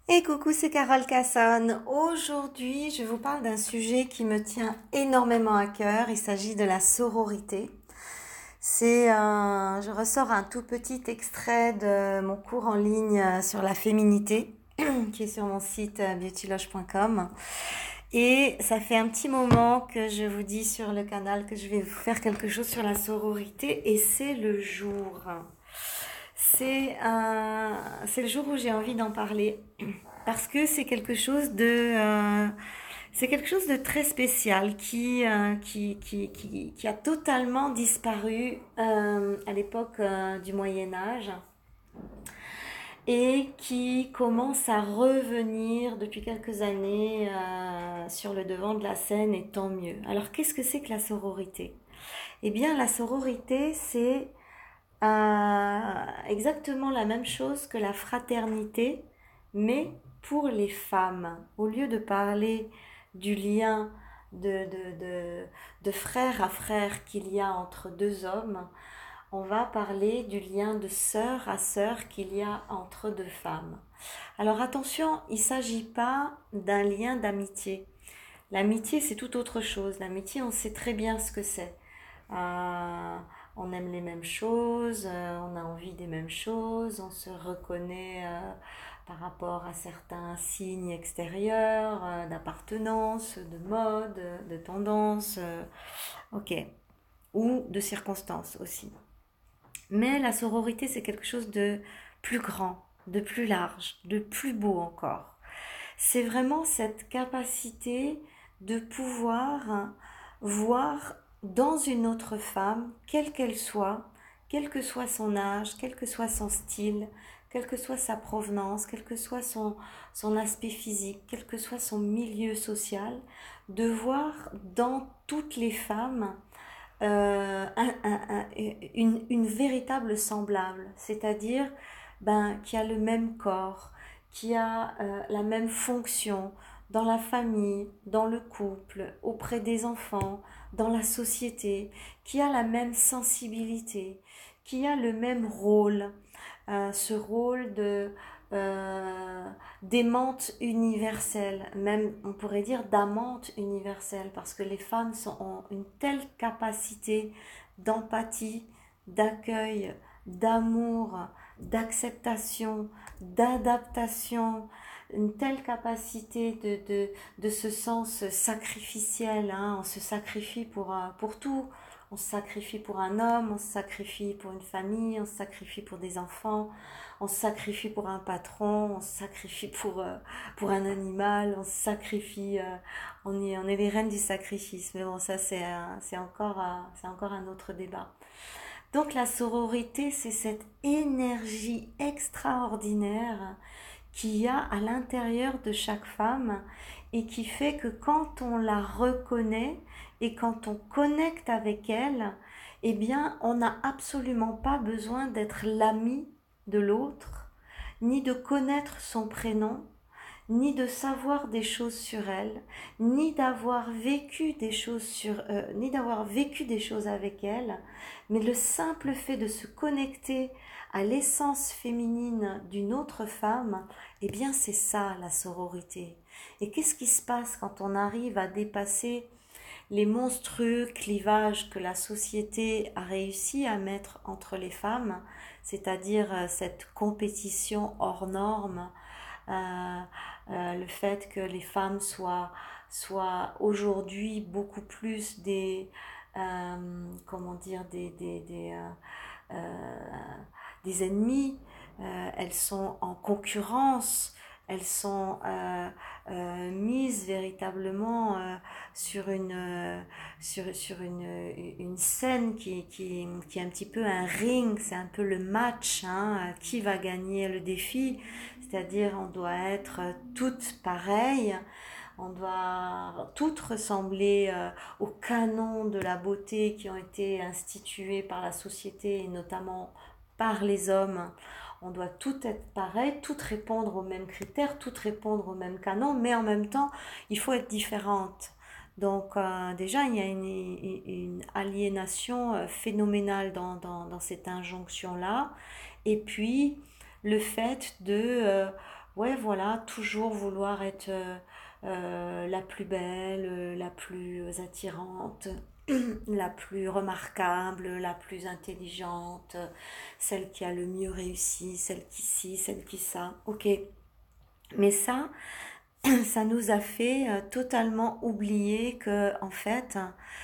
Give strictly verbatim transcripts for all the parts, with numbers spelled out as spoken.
Et coucou, c'est Carole Cassonne. Aujourd'hui, je vous parle d'un sujet qui me tient énormément à cœur. Il s'agit de la sororité. C'est un, je ressors un tout petit extrait de mon cours en ligne euh, sur la féminité, qui est sur mon site euh, beautyloge point com. Et ça fait un petit moment que je vous dis sur le canal que je vais vous faire quelque chose sur la sororité et c'est le jour. C'est un, c'est le jour où j'ai envie d'en parler parce que c'est quelque chose de, euh, c'est quelque chose de très spécial qui, euh, qui, qui, qui, qui a totalement disparu euh, à l'époque euh, du Moyen Âge et qui commence à revenir depuis quelques années euh, sur le devant de la scène et tant mieux. Alors qu'est-ce que c'est que la sororité? Eh bien la sororité c'est euh, exactement la même chose que la fraternité, mais pour les femmes. Au lieu de parler du lien de, de, de, de frère à frère qu'il y a entre deux hommes, on va parler du lien de sœur à sœur qu'il y a entre deux femmes. Alors attention, il ne s'agit pas d'un lien d'amitié. L'amitié, c'est tout autre chose. L'amitié, on sait très bien ce que c'est. Euh, on aime les mêmes choses, euh, on a envie des mêmes choses, on se reconnaît euh, par rapport à certains signes extérieurs, euh, d'appartenance, de mode, de tendance, euh, ok, ou de circonstances aussi. Mais la sororité, c'est quelque chose de plus grand, de plus large, de plus beau encore. C'est vraiment cette capacité de pouvoir voir dans une autre femme, quelle qu'elle soit, quel que soit son âge, quel que soit son style, quelle que soit sa provenance, quel que soit son, son aspect physique, quel que soit son milieu social, de voir dans toutes les femmes euh, un- un- un- une, une véritable semblable, c'est-à-dire ben, qui a le même corps, qui a euh, la même fonction dans la famille, dans le couple, auprès des enfants, dans la société, qui a la même sensibilité, qui a le même rôle, euh, ce rôle de euh, d'aimante universelle, même on pourrait dire d'amante universelle, parce que les femmes sont, ont une telle capacité d'empathie, d'accueil, d'amour, d'acceptation, d'adaptation, une telle capacité de, de, de ce sens sacrificiel, hein, on se sacrifie pour, euh, pour tout, on se sacrifie pour un homme, on se sacrifie pour une famille, on se sacrifie pour des enfants, on se sacrifie pour un patron, on se sacrifie pour, euh, pour un animal, on se sacrifie, euh, on, est, on est les reines du sacrifice. Mais bon, ça c'est un- c'est encore, un- c'est encore un autre débat. Donc la sororité, c'est cette énergie extraordinaire qu'il y a à l'intérieur de chaque femme et qui fait que quand on la reconnaît et quand on connecte avec elle, eh bien, on n'a absolument pas besoin d'être l'ami de l'autre, ni de connaître son prénom, ni de savoir des choses sur elle, ni d'avoir vécu des choses sur, euh, ni d'avoir vécu des choses avec elle, mais le simple fait de se connecter à l'essence féminine d'une autre femme, eh bien c'est ça la sororité. Et qu'est-ce qui se passe quand on arrive à dépasser les monstrueux clivages que la société a réussi à mettre entre les femmes, c'est-à-dire euh, cette compétition hors norme, euh, euh, le fait que les femmes soient, soient aujourd'hui beaucoup plus des, euh, comment dire, des, des, des, euh, euh, des ennemis, euh, elles sont en concurrence, elles sont euh, euh, mises véritablement euh, sur une euh, sur sur une une scène qui qui qui est un petit peu un ring, c'est un peu le match, hein, qui va gagner le défi, c'est-à-dire on doit être toutes pareilles, on doit toutes ressembler euh, aux canons de la beauté qui ont été institués par la société et notamment par les hommes. On doit toutes être pareilles, toutes répondre aux mêmes critères, toutes répondre aux mêmes canons, mais en même temps, il faut être différente. Donc euh, déjà, il y a une, une aliénation euh, phénoménale dans, dans, dans cette injonction-là. Et puis, le fait de, euh, ouais, voilà, toujours vouloir être euh, euh, la plus belle, euh, la plus attirante, la plus remarquable, la plus intelligente, celle qui a le mieux réussi, celle qui ci, celle qui ça. Ok, mais ça, ça nous a fait euh, totalement oublier que, en fait,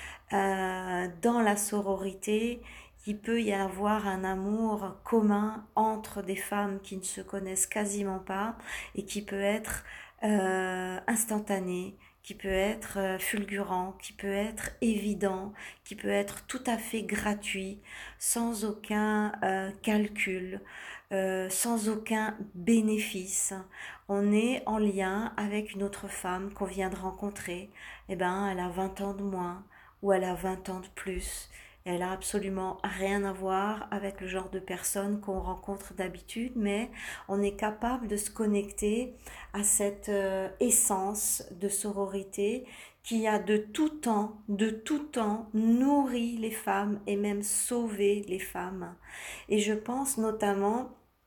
euh, dans la sororité, il peut y avoir un amour commun entre des femmes qui ne se connaissent quasiment pas et qui peut être euh, instantané, qui peut être euh, fulgurant, qui peut être évident, qui peut être tout à fait gratuit, sans aucun euh, calcul, euh, sans aucun bénéfice. On est en lien avec une autre femme qu'on vient de rencontrer. Eh ben, elle a vingt ans de moins ou elle a vingt ans de plus. Elle a absolument rien à voir avec le genre de personne qu'on rencontre d'habitude, mais on est capable de se connecter à cette euh, essence de sororité qui a de tout temps, de tout temps nourri les femmes et même sauvé les femmes. Et je pense notamment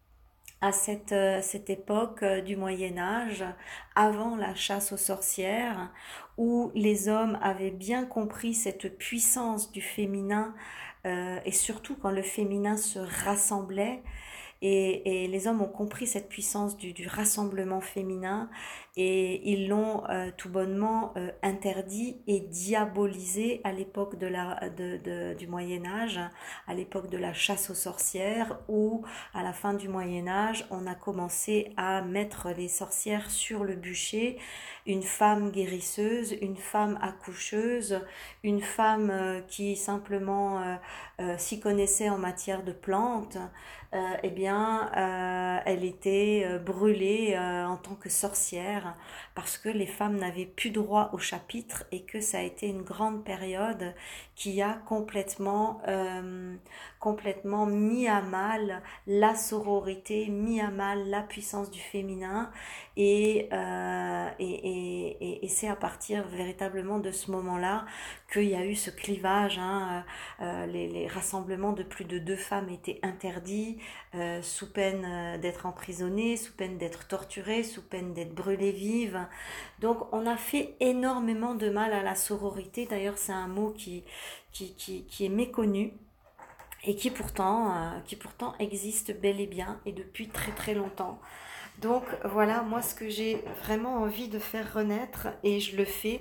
à cette, euh, cette époque euh, du Moyen Âge, avant la chasse aux sorcières, où les hommes avaient bien compris cette puissance du féminin, euh, et surtout quand le féminin se rassemblait, et, et les hommes ont compris cette puissance du, du rassemblement féminin et ils l'ont euh, tout bonnement euh, interdit et diabolisé à l'époque de la, de, de, du Moyen Âge, à l'époque de la chasse aux sorcières, où à la fin du Moyen Âge, on a commencé à mettre les sorcières sur le bûcher, une femme guérisseuse, une femme accoucheuse, une femme euh, qui simplement euh, euh, s'y connaissait en matière de plantes, euh, eh bien, euh, elle était euh, brûlée euh, en tant que sorcière parce que les femmes n'avaient plus droit au chapitre et que ça a été une grande période qui a complètement, euh, complètement mis à mal la sororité, mis à mal la puissance du féminin et, euh, et, et, et, et c'est à partir véritablement de ce moment-là qu'il y a eu ce clivage, hein, euh, les, les rassemblements de plus de deux femmes étaient interdits, euh, sous peine euh, d'être emprisonnée, sous peine d'être torturée, sous peine d'être brûlée vive. Donc on a fait énormément de mal à la sororité. D'ailleurs c'est un mot qui, qui, qui, qui est méconnu et qui pourtant, euh, qui pourtant existe bel et bien et depuis très très longtemps. Donc voilà, moi ce que j'ai vraiment envie de faire renaître, et je le fais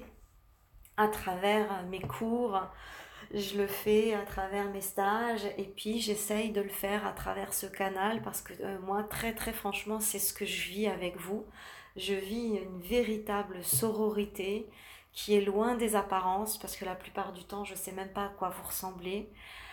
à travers mes cours, je le fais à travers mes stages, et puis j'essaye de le faire à travers ce canal parce que euh, moi, très très franchement, c'est ce que je vis avec vous. Je vis une véritable sororité qui est loin des apparences parce que la plupart du temps, je ne sais même pas à quoi vous ressemblez,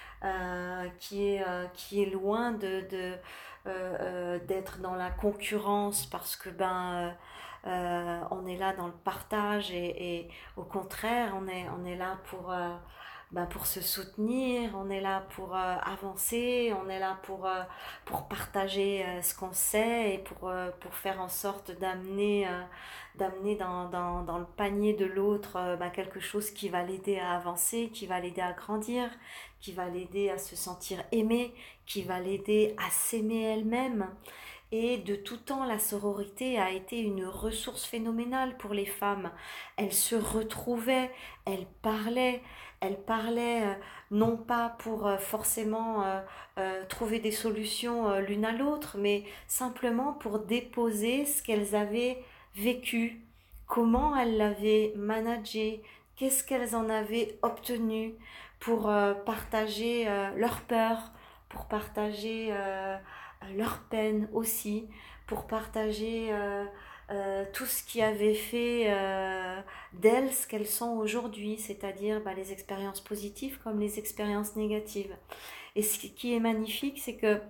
euh, qui est, euh, qui est loin de, de, euh, euh, d'être dans la concurrence parce que ben, euh, euh, on est là dans le partage et, et au contraire, on est, on est là pour... Euh, ben pour se soutenir, on est là pour euh, avancer, on est là pour, euh, pour partager euh, ce qu'on sait et pour, euh, pour faire en sorte d'amener euh, d'amener dans, dans, dans le panier de l'autre euh, ben quelque chose qui va l'aider à avancer, qui va l'aider à grandir, qui va l'aider à se sentir aimée, qui va l'aider à s'aimer elle-même. Et de tout temps, la sororité a été une ressource phénoménale pour les femmes. Elles se retrouvaient, elles parlaient, elles parlaient euh, non pas pour euh, forcément euh, euh, trouver des solutions euh, l'une à l'autre, mais simplement pour déposer ce qu'elles avaient vécu, comment elles l'avaient managé, qu'est-ce qu'elles en avaient obtenu pour euh, partager euh, leur peur, pour partager euh, leur peine aussi, pour partager euh, euh, tout ce qui avait fait euh, d'elles ce qu'elles sont aujourd'hui, c'est-à-dire bah, les expériences positives comme les expériences négatives. Et ce qui est magnifique, c'est que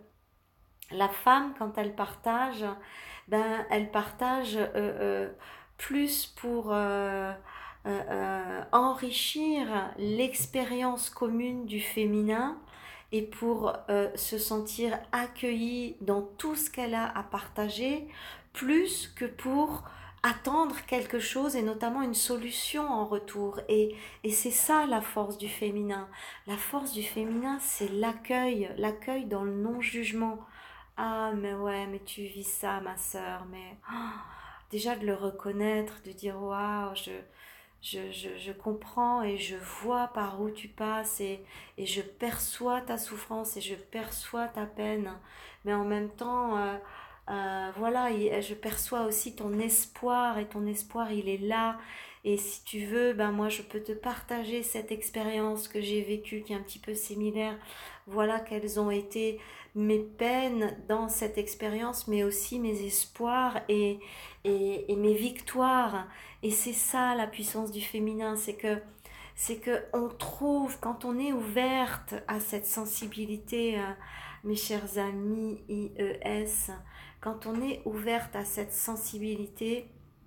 la femme, quand elle partage, ben, elle partage euh, euh, plus pour euh, euh, euh, enrichir l'expérience commune du féminin et pour euh, se sentir accueillie dans tout ce qu'elle a à partager, plus que pour attendre quelque chose et notamment une solution en retour. Et, et c'est ça la force du féminin. La force du féminin, c'est l'accueil, l'accueil dans le non-jugement. Ah, mais ouais, mais tu vis ça, ma sœur, mais ah, déjà de le reconnaître, de dire waouh, je, je, je, je comprends et je vois par où tu passes et, et je perçois ta souffrance et je perçois ta peine, mais en même temps, euh, euh, voilà, il- je perçois aussi ton espoir et ton espoir, il est là. Et si tu veux, ben moi je peux te partager cette expérience que j'ai vécue qui est un petit peu similaire. Voilà quelles ont été mes peines dans cette expérience, mais aussi mes espoirs et, et, et mes victoires. Et c'est ça la puissance du féminin, c'est que c'est que on trouve quand on est ouverte à cette sensibilité, euh, mes chers amis I E S, quand on est ouverte à cette sensibilité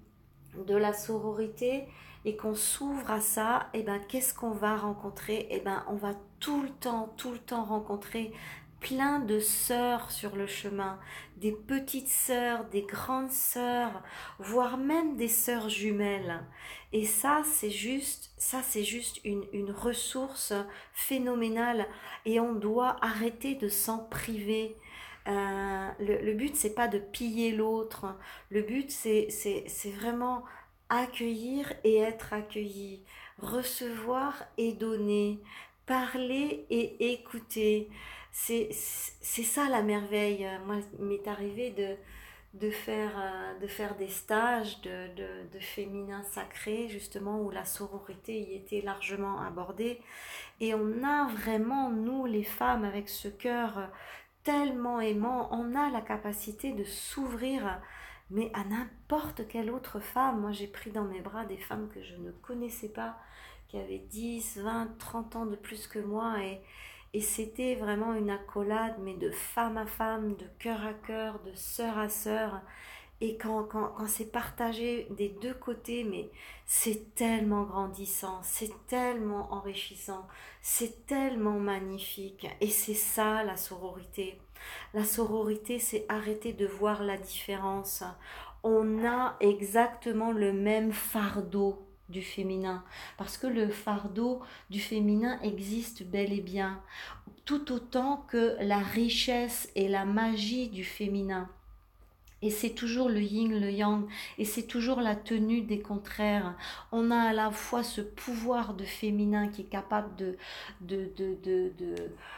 de la sororité et qu'on s'ouvre à ça, et ben qu'est-ce qu'on va rencontrer? Et ben on va tout le temps, tout le temps rencontrer plein de sœurs sur le chemin, des petites sœurs, des grandes sœurs, voire même des sœurs jumelles. Et ça, c'est juste, ça c'est juste une, une ressource phénoménale et on doit arrêter de s'en priver. Euh, le, le but, c'est pas de piller l'autre. Le but, c'est, c'est, c'est vraiment accueillir et être accueilli, recevoir et donner, parler et écouter. C'est, c'est ça la merveille. Moi, il m'est arrivé de, de faire, euh, de faire des stages de, de, de féminin sacré, justement, où la sororité y était largement abordée. Et on a vraiment, nous les femmes, avec ce cœur tellement aimant, on a la capacité de s'ouvrir, mais à n'importe quelle autre femme. Moi, j'ai pris dans mes bras des femmes que je ne connaissais pas, qui avaient dix, vingt, trente ans de plus que moi, et, et c'était vraiment une accolade, mais de femme à femme, de cœur à cœur, de sœur à sœur. Et quand, quand, quand c'est partagé des deux côtés, mais c'est tellement grandissant, c'est tellement enrichissant, c'est tellement magnifique. Et c'est ça la sororité. La sororité, c'est arrêter de voir la différence. On a exactement le même fardeau du féminin, parce que le fardeau du féminin existe bel et bien, tout autant que la richesse et la magie du féminin. Et c'est toujours le yin, le yang, et c'est toujours la tenue des contraires. On a à la fois ce pouvoir de féminin qui est capable de, de, de, de, de,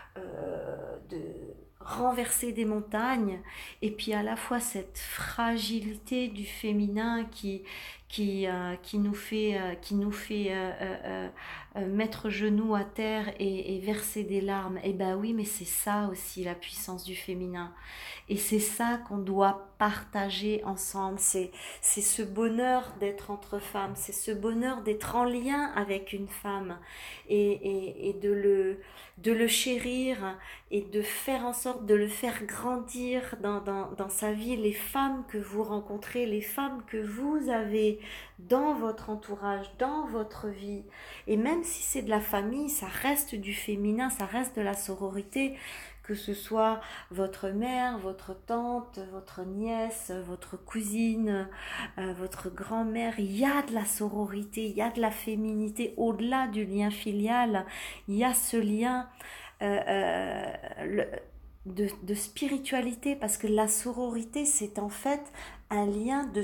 euh, de renverser des montagnes, et puis à la fois cette fragilité du féminin qui, qui, euh, qui nous fait, euh, qui nous fait euh, euh, euh, mettre genoux à terre et, et verser des larmes. Et ben oui, mais c'est ça aussi la puissance du féminin. Et c'est ça qu'on doit partager ensemble. C'est, c'est ce bonheur d'être entre femmes. C'est ce bonheur d'être en lien avec une femme. Et, et, et de, le, de le chérir et de faire en sorte de le faire grandir dans, dans, dans sa vie. Les femmes que vous rencontrez, les femmes que vous avez dans votre entourage, dans votre vie. Et même si c'est de la famille, ça reste du féminin, ça reste de la sororité, que ce soit votre mère, votre tante, votre nièce, votre cousine, euh, votre grand-mère. Il y a de la sororité, il y a de la féminité au-delà du lien filial. Il y a ce lien euh, euh, le- de, de spiritualité, parce que la sororité, c'est en fait un lien de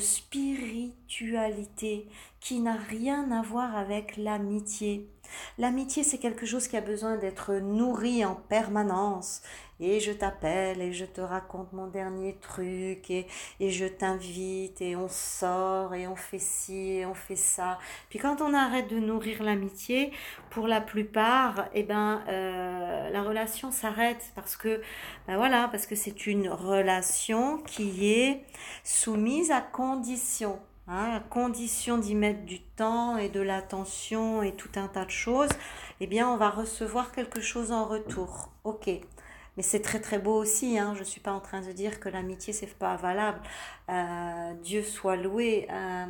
spiritualité qui n'a rien à voir avec l'amitié. L'amitié, c'est quelque chose qui a besoin d'être nourri en permanence. Et je t'appelle et je te raconte mon dernier truc et, et je t'invite et on sort et on fait ci et on fait ça. Puis quand on arrête de nourrir l'amitié, pour la plupart, eh ben, euh, la relation s'arrête parce que, ben voilà, parce que c'est une relation qui est soumise à condition. Hein, à condition d'y mettre du temps et de l'attention et tout un tas de choses, eh bien, on va recevoir quelque chose en retour. Ok. Mais c'est très très beau aussi, hein. Je ne suis pas en train de dire que l'amitié c'est pas valable. Euh, Dieu soit loué. Euh,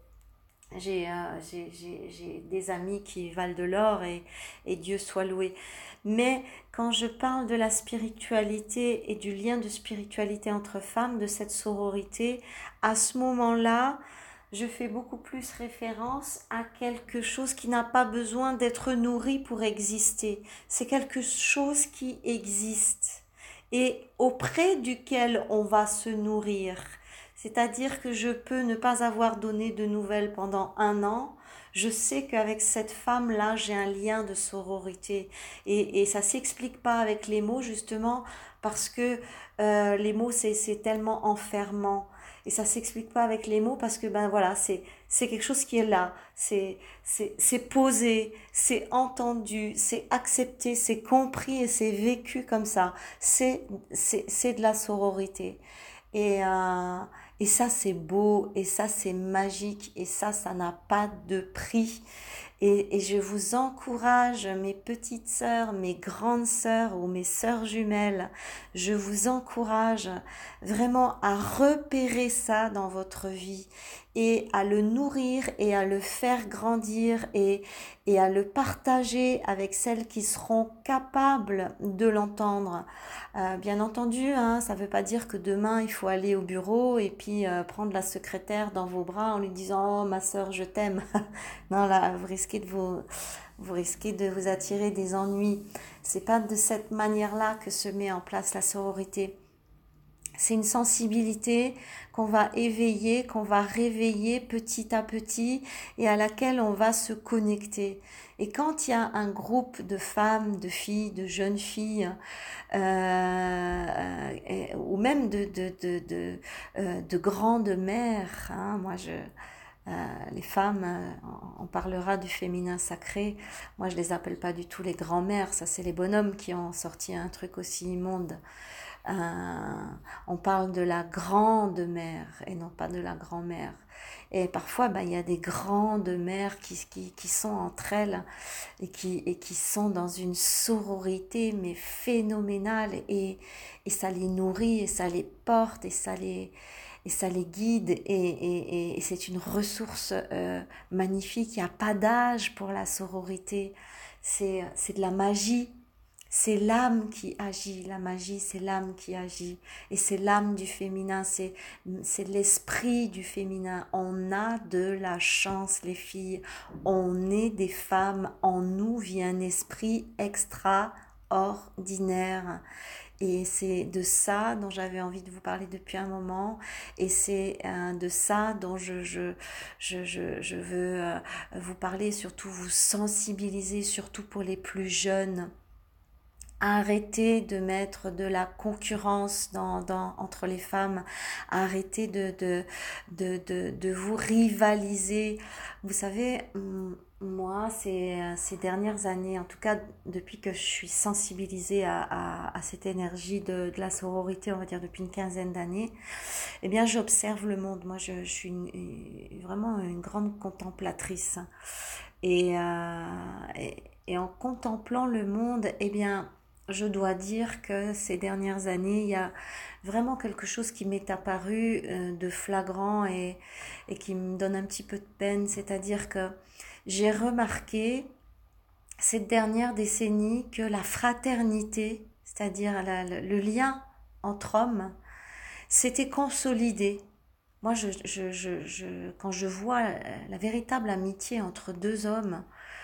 j'ai, euh, j'ai, j'ai, j'ai des amis qui valent de l'or et, et Dieu soit loué. Mais quand je parle de la spiritualité et du lien de spiritualité entre femmes, de cette sororité, à ce moment-là, je fais beaucoup plus référence à quelque chose qui n'a pas besoin d'être nourri pour exister. C'est quelque chose qui existe. et auprès duquel on va se nourrir. C'est-à-dire que je peux ne pas avoir donné de nouvelles pendant un an. Je sais qu'avec cette femme-là, j'ai un lien de sororité. Et, et ça s'explique pas avec les mots, justement, parce que euh, les mots, c'est, c'est tellement enfermant. Et ça s'explique pas avec les mots parce que, ben voilà, c'est, c'est quelque chose qui est là. C'est, c'est, c'est posé, c'est entendu, c'est accepté, c'est compris et c'est vécu comme ça. C'est, c'est, c'est de la sororité. Et, euh, et ça, c'est beau, et ça, c'est magique, et ça, ça n'a pas de prix. Et, et je vous encourage, mes petites sœurs, mes grandes sœurs ou mes sœurs jumelles, je vous encourage vraiment à repérer ça dans votre vie et à le nourrir et à le faire grandir et, et à le partager avec celles qui seront capables de l'entendre. Euh, bien entendu, hein, ça ne veut pas dire que demain il faut aller au bureau et puis euh, prendre la secrétaire dans vos bras en lui disant «Oh ma sœur, je t'aime». Non, là, vous risquez de vous, vous risquez de vous attirer des ennuis. C'est pas de cette manière-là que se met en place la sororité. C'est une sensibilité qu'on va éveiller, qu'on va réveiller petit à petit et à laquelle on va se connecter. Et quand il y a un groupe de femmes, de filles, de jeunes filles, euh, et- ou même de, de, de, de, euh, de grandes mères, hein, moi je, euh, les femmes, euh, on parlera du féminin sacré. Moi, je les appelle pas du tout les grands-mères. Ça, c'est les bonhommes qui ont sorti un truc aussi immonde. Euh, on parle de la grande mère et non pas de la grand-mère. Et parfois, ben, il y a des grandes mères qui, qui, qui sont entre elles et qui, et qui sont dans une sororité mais phénoménale et, et ça les nourrit et ça les porte et ça les, et ça les guide et, et, et c'est une ressource euh, magnifique. Il n'y a pas d'âge pour la sororité. C'est, c'est de la magie. C'est l'âme qui agit, la magie, c'est l'âme qui agit. Et c'est l'âme du féminin, c'est, c'est l'esprit du féminin. On a de la chance, les filles. On est des femmes. En nous vit un esprit extraordinaire. Et c'est de ça dont j'avais envie de vous parler depuis un moment. Et c'est euh, de ça dont je, je, je, je, je veux euh, vous parler, surtout vous sensibiliser, surtout pour les plus jeunes. Arrêtez de mettre de la concurrence dans, dans, entre les femmes. Arrêtez de, de, de, de, de vous rivaliser. Vous savez, moi, ces, ces dernières années, en tout cas depuis que je suis sensibilisée à, à, à cette énergie de, de la sororité, on va dire depuis une quinzaine d'années, eh bien, j'observe le monde. Moi, je, je suis une, une, vraiment une grande contemplatrice. Et, euh, et, et en contemplant le monde, eh bien, je dois dire que ces dernières années, il y a vraiment quelque chose qui m'est apparu euh, de flagrant et, et qui me donne un petit peu de peine. C'est-à-dire que j'ai remarqué ces dernières décennies que la fraternité, c'est-à-dire la- le, le lien entre hommes, s'était consolidé. Moi, je, je, je, je, quand je vois la, la véritable amitié entre deux hommes,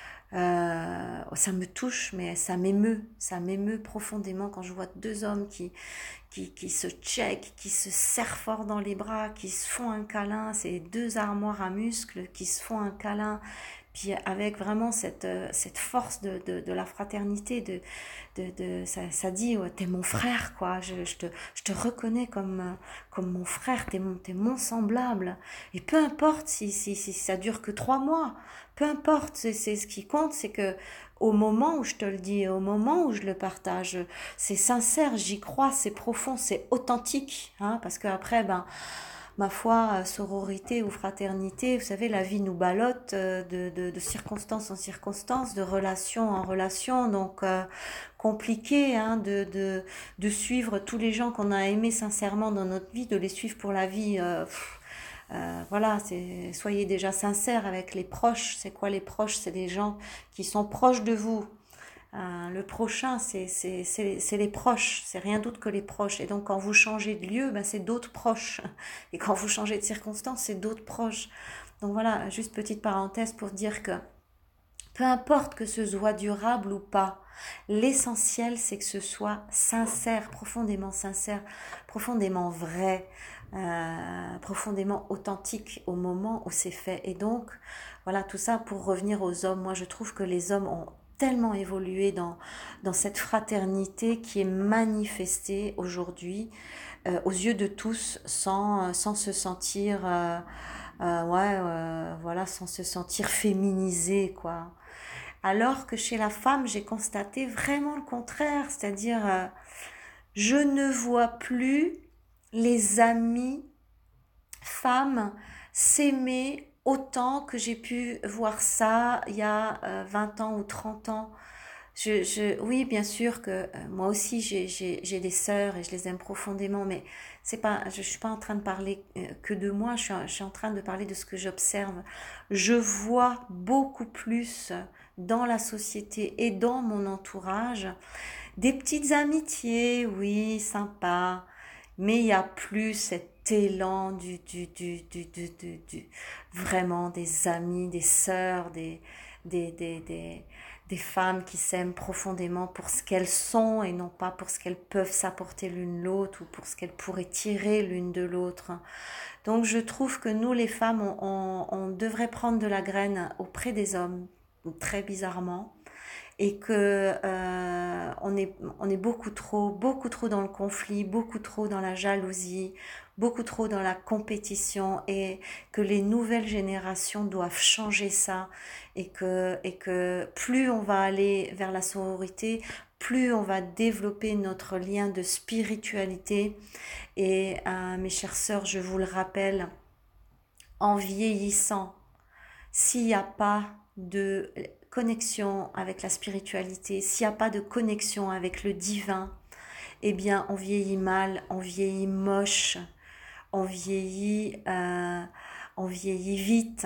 euh, ça me touche, mais ça m'émeut, ça m'émeut profondément quand je vois deux hommes qui, qui, qui se checkent, qui se serrent fort dans les bras, qui se font un câlin, ces deux armoires à muscles qui se font un câlin, puis avec vraiment cette, euh, cette force de, de, de la fraternité, de, de, de, ça, ça dit, ouais, t'es mon frère, quoi, je, je, te, je te reconnais comme, euh, comme mon frère, t'es mon, t'es mon semblable, et peu importe si, si, si ça dure que trois mois, peu importe, c'est, c'est ce qui compte, c'est que au moment où je te le dis, au moment où je le partage, c'est sincère, j'y crois, c'est profond, c'est authentique, hein, parce que après, ben, ma foi, sororité ou fraternité, vous savez, la vie nous ballotte euh, de, de, de circonstance en circonstance, de relation en relation, donc euh, compliqué hein, de, de, de suivre tous les gens qu'on a aimés sincèrement dans notre vie, de les suivre pour la vie. Euh, pff, euh, voilà, c'est, soyez déjà sincères avec les proches. C'est quoi les proches? C'est des gens qui sont proches de vous. Euh, le prochain, c'est c'est c'est c'est les proches, c'est rien d'autre que les proches. Et donc, quand vous changez de lieu, ben, c'est d'autres proches. Et quand vous changez de circonstance, c'est d'autres proches. Donc voilà, juste petite parenthèse pour dire que Peu importe que ce soit durable ou pas, l'essentiel c'est que ce soit sincère, profondément sincère, profondément vrai, euh, profondément authentique au moment où c'est fait. Et donc, voilà, tout ça pour revenir aux hommes. Moi, je trouve que les hommes ont tellement évolué dans, dans cette fraternité qui est manifestée aujourd'hui euh, aux yeux de tous sans, sans se sentir, euh, euh, ouais, euh, voilà, sans se sentir féminisé, quoi. Alors que chez la femme, j'ai constaté vraiment le contraire, c'est-à-dire euh, je ne vois plus les amis femmes s'aimer autant que j'ai pu voir ça il y a euh, vingt ans ou trente ans. Je, je, oui, bien sûr que euh, moi aussi j'ai, j'ai, j'ai des sœurs et je les aime profondément, mais c'est pas, je, je suis pas en train de parler euh, que de moi, je suis, je suis en train de parler de ce que j'observe. Je vois beaucoup plus dans la société et dans mon entourage des petites amitiés, oui, sympa, mais il y a plus cet élan du, du, du, du, du, du, du- vraiment des amis, des sœurs, des, des, des, des, des femmes qui s'aiment profondément pour ce qu'elles sont et non pas pour ce qu'elles peuvent s'apporter l'une l'autre ou pour ce qu'elles pourraient tirer l'une de l'autre. Donc je trouve que nous les femmes, on, on, on devrait prendre de la graine auprès des hommes, très bizarrement, et que euh, on est on est beaucoup trop beaucoup trop dans le conflit, beaucoup trop dans la jalousie, beaucoup trop dans la compétition et que les nouvelles générations doivent changer ça et que et que plus on va aller vers la sororité, plus on va développer notre lien de spiritualité et euh, mes chères sœurs, je vous le rappelle, en vieillissant, s'il n'y a pas de connexion avec la spiritualité, s'il n'y a pas de connexion avec le divin, eh bien on vieillit mal, on vieillit moche, on vieillit, euh, on vieillit vite.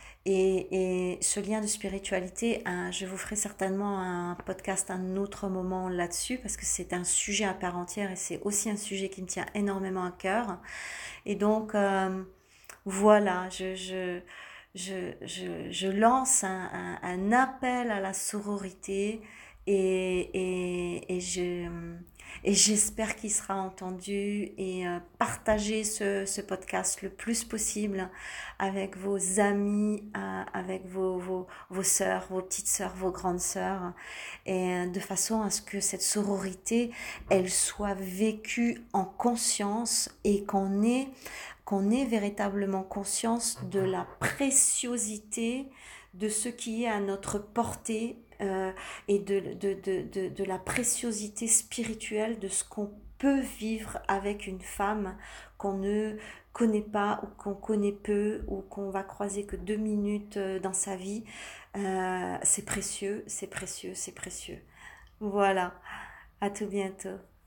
Et, et ce lien de spiritualité, hein, je vous ferai certainement un podcast un autre moment là-dessus parce que c'est un sujet à part entière et c'est aussi un sujet qui me tient énormément à cœur. Et donc, euh, voilà, je, je, je, je, je lance un, un, un appel à la sororité et, et, et je, et j'espère qu'il sera entendu et euh, partagez ce, ce podcast le plus possible avec vos amis, euh, avec vos, vos, vos sœurs, vos petites sœurs, vos grandes sœurs, et euh, de façon à ce que cette sororité, elle soit vécue en conscience et qu'on ait qu'on ait véritablement conscience de la préciosité de ce qui est à notre portée euh, et de, de, de, de, de la préciosité spirituelle de ce qu'on peut vivre avec une femme qu'on ne connaît pas ou qu'on connaît peu ou qu'on va croiser que deux minutes euh, dans sa vie. Euh, c'est précieux, c'est précieux, c'est précieux. Voilà, à tout bientôt.